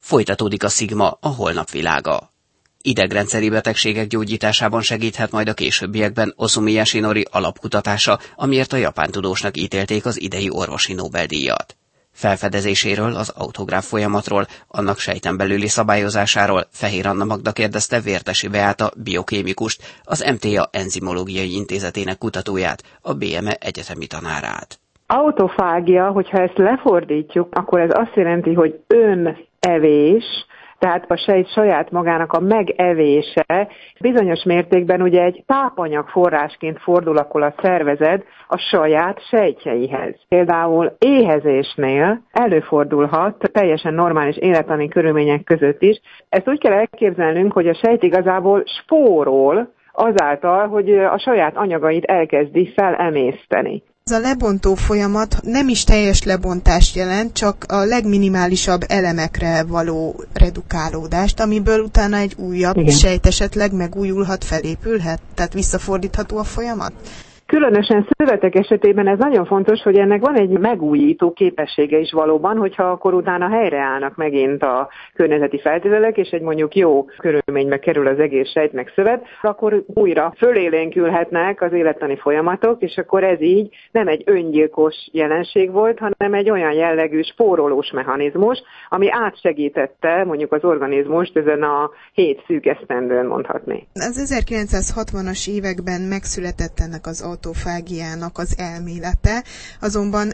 Folytatódik a Szigma, a holnap világa. Idegrendszeri betegségek gyógyításában segíthet majd a későbbiekben Osumi Yoshinori alapkutatása, amiért a japán tudósnak ítélték az idei orvosi Nobel-díjat. Felfedezéséről, az autográf folyamatról, annak sejten belüli szabályozásáról Fehér Anna Magda kérdezte Vértesi Beáta biokémikust, az MTA enzimológiai intézetének kutatóját, a BME egyetemi tanárát. Autofágia, hogyha ezt lefordítjuk, akkor ez azt jelenti, hogy önevés, tehát a sejt saját magának a megevése bizonyos mértékben ugye egy tápanyag forrásként fordul akkor a szervezet a saját sejtjeihez. Például éhezésnél előfordulhat teljesen normális élettani körülmények között is. Ezt úgy kell elképzelnünk, hogy a sejt igazából spórol azáltal, hogy a saját anyagait elkezdi felemészteni. Ez a lebontó folyamat nem is teljes lebontást jelent, csak a legminimálisabb elemekre való redukálódást, amiből utána egy újabb sejt esetleg megújulhat, felépülhet, tehát visszafordítható a folyamat? Különösen szövetek esetében ez nagyon fontos, hogy ennek van egy megújító képessége is valóban, hogyha akkor utána helyreállnak megint a környezeti feltételek, és egy mondjuk jó körülménybe kerül az egész sejt meg szövet, akkor újra fölélénkülhetnek az élettani folyamatok, és akkor ez így nem egy öngyilkos jelenség volt, hanem egy olyan jellegű spórolós mechanizmus, ami átsegítette mondjuk az organizmust ezen a 7 szűk esztendőn mondhatni. Az 1960-as években megszületett ennek az autofágiának az elmélete, azonban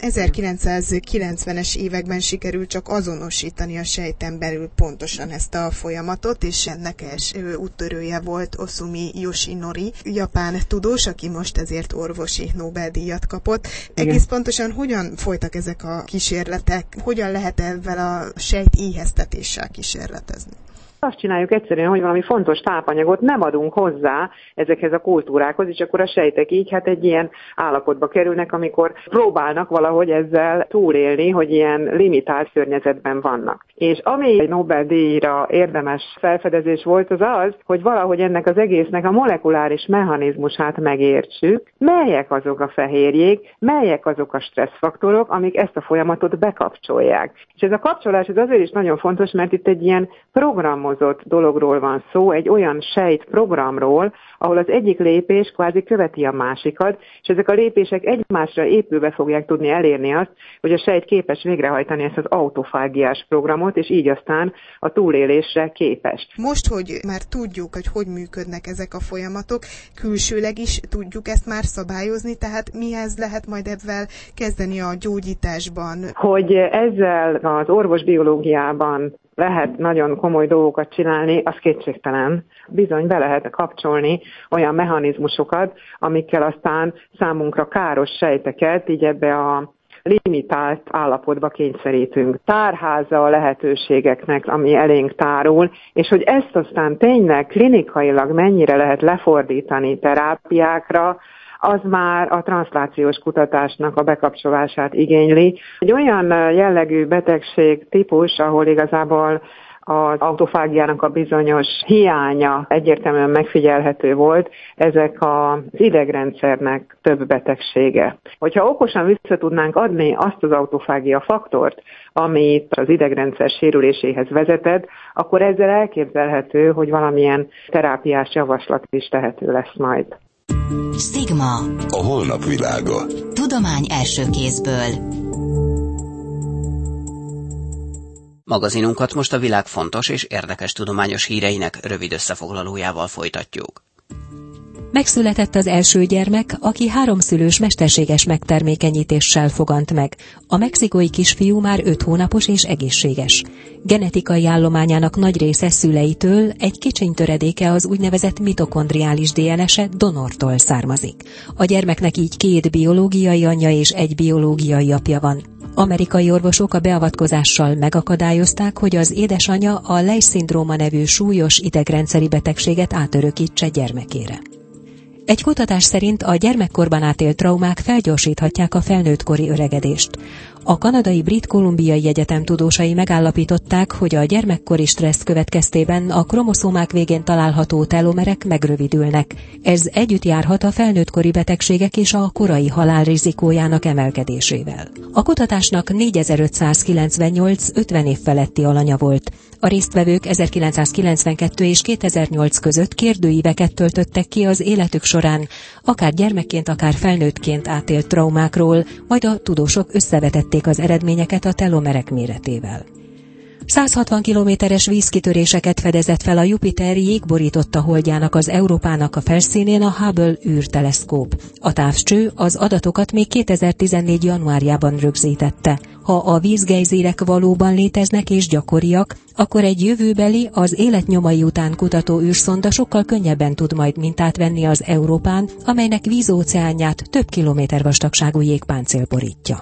1990-es években sikerült csak azonosítani a sejten belül pontosan ezt a folyamatot, és ennek első úttörője volt Osumi Yoshinori, japán tudós, aki most ezért orvosi Nobel-díjat kapott. Egész pontosan hogyan folytak ezek a kísérletek, hogyan lehet ezzel a sejt éheztetéssel kísérletezni? Azt csináljuk egyszerűen, hogy valami fontos tápanyagot nem adunk hozzá ezekhez a kultúrákhoz, és akkor a sejtek így egy ilyen állapotba kerülnek, amikor próbálnak valahogy ezzel túlélni, hogy ilyen limitált környezetben vannak. És ami egy Nobel-díjra érdemes felfedezés volt, az az, hogy valahogy ennek az egésznek a molekuláris mechanizmusát megértsük, melyek azok a fehérjék, melyek azok a stresszfaktorok, amik ezt a folyamatot bekapcsolják. És ez a kapcsolás ez azért is nagyon fontos, mert itt egy ilyen programozott dologról van szó, egy olyan sejtprogramról, ahol az egyik lépés kvázi követi a másikat, és ezek a lépések egymásra épülve fogják tudni elérni azt, hogy a sejt képes végrehajtani ezt az autofágiás programot, és így aztán a túlélésre képes. Most, hogy már tudjuk, hogy működnek ezek a folyamatok, külsőleg is tudjuk ezt már szabályozni, tehát mihez lehet majd ebben kezdeni a gyógyításban? Hogy ezzel az orvosbiológiában lehet nagyon komoly dolgokat csinálni, az kétségtelen. Bizony be lehet kapcsolni olyan mechanizmusokat, amikkel aztán számunkra káros sejteket így ebbe a limitált állapotba kényszerítünk. Tárháza a lehetőségeknek, ami elénk tárul, és hogy ezt aztán tényleg klinikailag mennyire lehet lefordítani terápiákra, az már a transzlációs kutatásnak a bekapcsolását igényli. Egy olyan jellegű betegség típus, ahol igazából az autofágiának a bizonyos hiánya egyértelműen megfigyelhető volt, ezek az idegrendszernek több betegsége. Hogyha okosan vissza tudnánk adni azt az autofágia faktort, amit az idegrendszer sérüléséhez vezetett, akkor ezzel elképzelhető, hogy valamilyen terápiás javaslat is tehető lesz majd. Szigma. A holnap világa. Tudomány első kézből. Magazinunkat most a világ fontos és érdekes tudományos híreinek rövid összefoglalójával folytatjuk. Megszületett az első gyermek, aki 3 szülős mesterséges megtermékenyítéssel fogant meg. A mexikói kisfiú már 5 hónapos és egészséges. Genetikai állományának nagy része szüleitől, egy kicsiny töredéke az úgynevezett mitokondriális DNS-e donortól származik. A gyermeknek így 2 biológiai anyja és 1 biológiai apja van. Amerikai orvosok a beavatkozással megakadályozták, hogy az édesanyja a Leigh-szindróma nevű súlyos idegrendszeri betegséget átörökítse gyermekére. Egy kutatás szerint a gyermekkorban átélt traumák felgyorsíthatják a felnőttkori öregedést. A kanadai Brit Kolumbiai Egyetem tudósai megállapították, hogy a gyermekkori stressz következtében a kromoszómák végén található telomerek megrövidülnek. Ez együtt járhat a felnőttkori betegségek és a korai halál rizikójának emelkedésével. A kutatásnak 4598 50 év feletti alanya volt. A résztvevők 1992 és 2008 között kérdőíveket töltöttek ki az életük során, akár gyermekként, akár felnőttként átélt traumákról, majd a tudósok összevetették az eredményeket a telomerek méretével. 160 kilométeres vízkitöréseket fedezett fel a Jupiter jégborította holdjának az Európának a felszínén a Hubble űrteleszkóp. A távcső az adatokat még 2014. januárjában rögzítette. Ha a vízgejzírek valóban léteznek és gyakoriak, akkor egy jövőbeli, az élet nyomai után kutató űrszonda sokkal könnyebben tud majd mintát venni az Európán, amelynek vízóceánját több kilométer vastagságú jégpáncél borítja.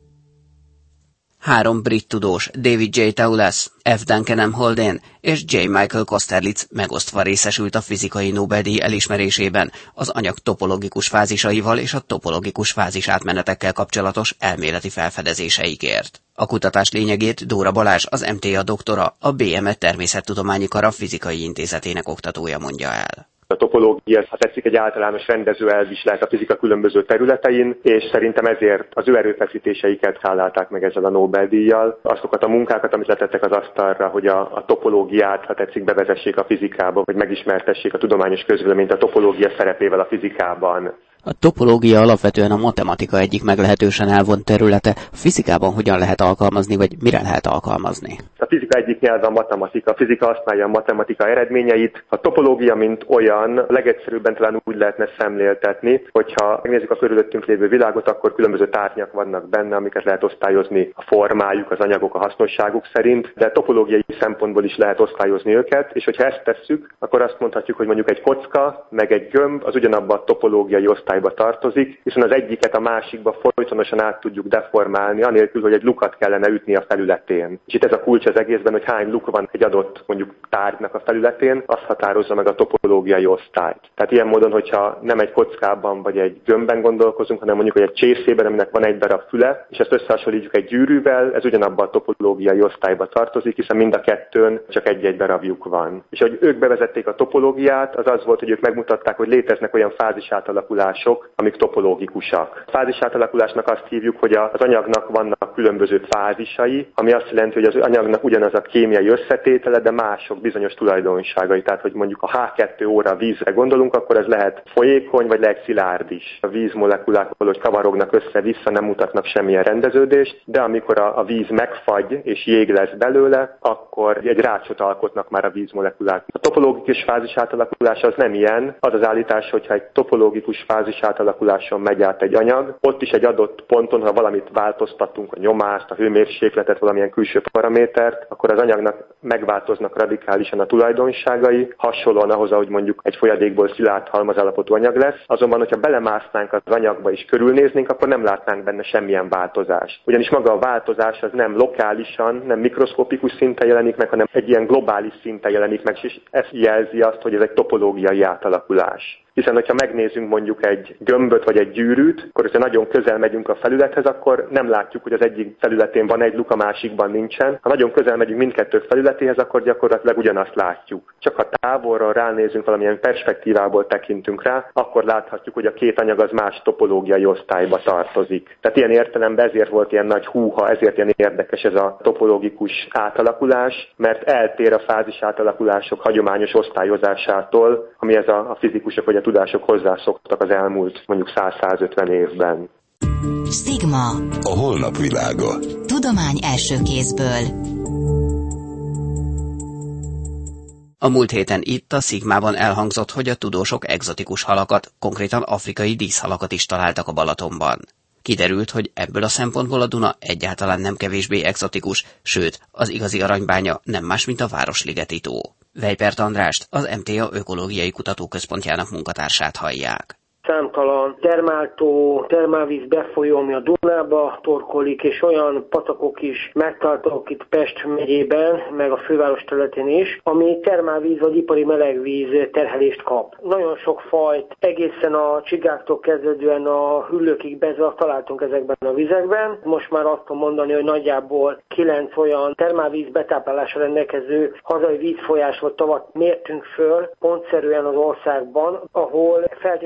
3 brit tudós, David J. Taulas, F. Duncan M. Haldane és J. Michael Kosterlitz megosztva részesült a fizikai Nobel-díj elismerésében az anyag topologikus fázisaival és a topologikus fázisátmenetekkel kapcsolatos elméleti felfedezéseikért. A kutatás lényegét Dóra Balázs, az MTA doktora, a BME Természettudományi Kara Fizikai Intézetének oktatója mondja el. A topológia, ha tetszik, egy általános rendező elv is lehet a fizika különböző területein, és szerintem ezért az ő erőfeszítéseiket hálálták meg ezzel a Nobel-díjjal. Azokat a munkákat, amit letettek az asztalra, hogy a topológiát, ha tetszik, bevezessék a fizikába, hogy megismertessék a tudományos közvéleményt a topológia szerepével a fizikában. A topológia alapvetően a matematika egyik meglehetősen elvont területe. A fizikában hogyan lehet alkalmazni, vagy mire lehet alkalmazni? A fizika egyik nyelve a matematika. A fizika használja a matematika eredményeit. A topológia, mint olyan, legegyszerűbben talán úgy lehetne szemléltetni, hogyha megnézzük a körülöttünk lévő világot, akkor különböző tárgyak vannak benne, amiket lehet osztályozni a formájuk, az anyagok, a hasznosságuk szerint, de topológiai szempontból is lehet osztályozni őket, és hogyha ezt tesszük, akkor azt mondhatjuk, hogy mondjuk egy kocka, meg egy gömb az ugyanabban a topológiai osztályba tartozik, hiszen az egyiket a másikba folytonosan át tudjuk deformálni, anélkül, hogy egy lukat kellene ütni a felületén. És itt ez a kulcs az egészben, hogy hány luk van egy adott mondjuk tárgynak a felületén, azt határozza meg a topológiai osztályt. Tehát ilyen módon, hogyha nem egy kockában vagy egy gömbben gondolkozunk, hanem mondjuk egy csészében, aminek van egy darab füle, és ezt összehasonlítjuk egy gyűrűvel, ez ugyanabban a topológiai osztályba tartozik, hiszen mind a kettőn csak egy-egy darabjuk van. És ahogy ők bevezették a topológiát, az az volt, hogy ők megmutatták, hogy léteznek olyan fázisátalakulások, amik topológikusak. A fázisátalakulásnak azt hívjuk, hogy az anyagnak vannak különböző fázisai, ami azt jelenti, hogy az anyagnak ugyanaz a kémiai összetétele, de mások bizonyos tulajdonságai. Tehát, hogy mondjuk a H2O-ra a vízre gondolunk, akkor ez lehet folyékony, vagy lehet szilárd is. A vízmolekulák valahogy kavarognak össze-vissza, nem mutatnak semmilyen rendeződést, de amikor a víz megfagy és jég lesz belőle, akkor egy rácsot alkotnak már a vízmolekulák. A topológikus fázisátalakulás az nem ilyen. Az az állítás, hogyha egy topológikus fázisátalakuláson megy át egy anyag, ott is egy adott ponton, ha valamit változtatunk, a nyomást, a hőmérsékletet, valamilyen külső paramétert, akkor az anyagnak megváltoznak radikálisan a tulajdonságai, hasonlóan ahhoz, ahogy mondjuk egy folyadékból szilárd halmazállapotú anyag lesz. Azonban, hogyha belemásznánk az anyagba és körülnéznénk, akkor nem látnánk benne semmilyen változást. Ugyanis maga a változás az nem lokálisan, nem mikroszkopikus szinten jelenik meg, hanem egy ilyen globális szinten jelenik meg, és ez jelzi azt, hogy ez egy topológiai átalakulás. Hiszen, hogyha megnézzünk mondjuk egy gömböt vagy egy gyűrűt, akkor hogyha nagyon közel megyünk a felülethez, akkor nem látjuk, hogy az egyik felületén van egy luk, a másikban nincsen. Ha nagyon közel megyünk mindkettő felületéhez, akkor gyakorlatilag ugyanazt látjuk. Csak ha távolról ránézünk, valamilyen perspektívából tekintünk rá, akkor láthatjuk, hogy a két anyag az más topológiai osztályba tartozik. Tehát ilyen értelemben ezért volt ilyen nagy húha, ezért ilyen érdekes ez a topológikus átalakulás, mert eltér a fázis átalakulások hagyományos osztályozásától, ami ez a fizikusok vagy a tudások hozzászoktak az elmúlt mondjuk 100-150 évben. Stigma. A holnap világa. Tudomány első kézből. A múlt héten itt a Szigmában elhangzott, hogy a tudósok egzotikus halakat, konkrétan afrikai díszhalakat is találtak a Balatonban. Kiderült, hogy ebből a szempontból a Duna egyáltalán nem kevésbé egzotikus, sőt, az igazi aranybánya nem más, mint a Városligeti tó. Weipert Andrást, az MTA Ökológiai Kutatóközpontjának munkatársát hallják. Számtalan termáltó, termálvíz befolyó, ami a Dunába torkolik, és olyan patakok is megtaláltak itt Pest megyében, meg a főváros területén is, ami termálvíz vagy ipari melegvíz terhelést kap. Nagyon sok fajt, egészen a csigáktól kezdődően a hüllőkig bezve találtunk ezekben a vizekben. Most már azt tudom mondani, hogy nagyjából 9 olyan termálvíz betáplálásra rendelkező hazai vízfolyás vagy tavat mértünk föl pontszerűen az országban, ahol feltételezhető,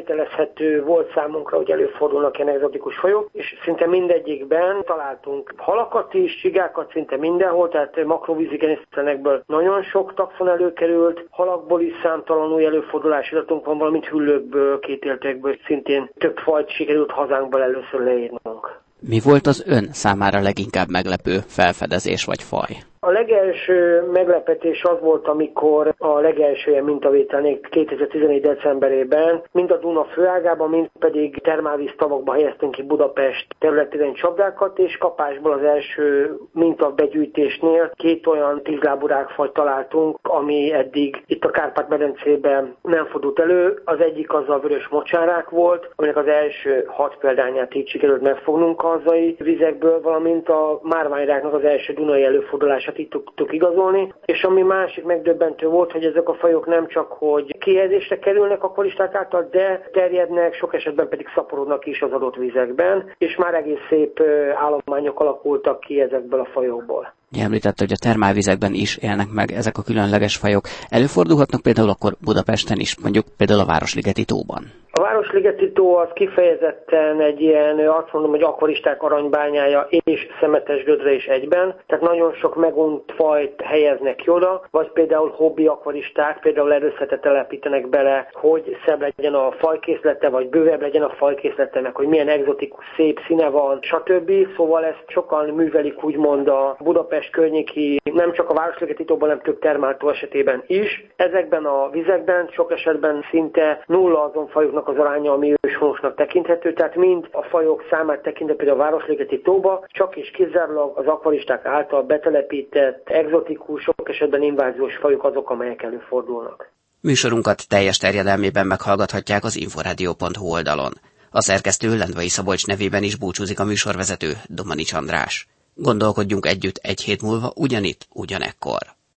meglepető volt számunkra, hogy előfordulnak ilyen egzotikus fajok, és szinte mindegyikben találtunk halakat is, csigákat szinte mindenhol, tehát makrovízi genisztrenekből nagyon sok taxon előkerült, halakból is számtalan új előfordulási adatunk van, valamint hüllőkből, kétéltekből szintén több fajt sikerült hazánkból először leírnunk. Mi volt az ön számára leginkább meglepő felfedezés vagy faj? A legelső meglepetés az volt, amikor a legelső ilyen mintavételnél 2014. decemberében mind a Duna főágában, mind pedig termálvíz tavakba helyeztünk ki Budapest területén csapdákat, és kapásból az első mintabegyűjtésnél 2 olyan 10-lábú rákfajt találtunk, ami eddig itt a Kárpát-medencében nem fordult elő. Az egyik az a vörös mocsárák volt, aminek az első 6 példányát így sikerült megfognunk a hazai vizekből, valamint a márványráknak az első dunai előfordulását így tudtuk igazolni, és ami másik megdöbbentő volt, hogy ezek a fajok nem csak hogy kihelyezésre kerülnek a akvaristák által, de terjednek, sok esetben pedig szaporodnak is az adott vizekben, és már egész szép állományok alakultak ki ezekből a fajokból. Említette, hogy a termálvizekben is élnek meg ezek a különleges fajok. Előfordulhatnak például akkor Budapesten is, mondjuk például a Városligeti tóban? A Városligeti tó az kifejezetten egy ilyen, azt mondom, hogy akvaristák aranybányája és szemetes gödre is egyben. Tehát nagyon sok megunt fajt helyeznek ki oda, vagy például hobbi akvaristák, például erőszetet telepítenek bele, hogy szebb legyen a fajkészlete, vagy bővebb legyen a fajkészlete, meg hogy milyen egzotikus szép színe van, stb. Szóval ezt sokan művelik úgymond a Budapest környéki, nem csak a Városligeti tóban, hanem több termáltó esetében is. Ezekben a vizekben sok esetben szinte nulla azon fajoknak az aránya, ami őshonosnak tekinthető, tehát mind a fajok számát tekintve például a Városligeti tóba, csak és kizárólag az akvaristák által betelepített, egzotikus, sok esetben inváziós fajok azok, amelyek előfordulnak. Műsorunkat teljes terjedelmében meghallgathatják az inforadio.hu oldalon. A szerkesztő Lendvai Szabolcs nevében is búcsúzik a műsorvezető, Domanics András. Gondolkodjunk együtt egy hét múlva ugyanitt, ugyanekkor.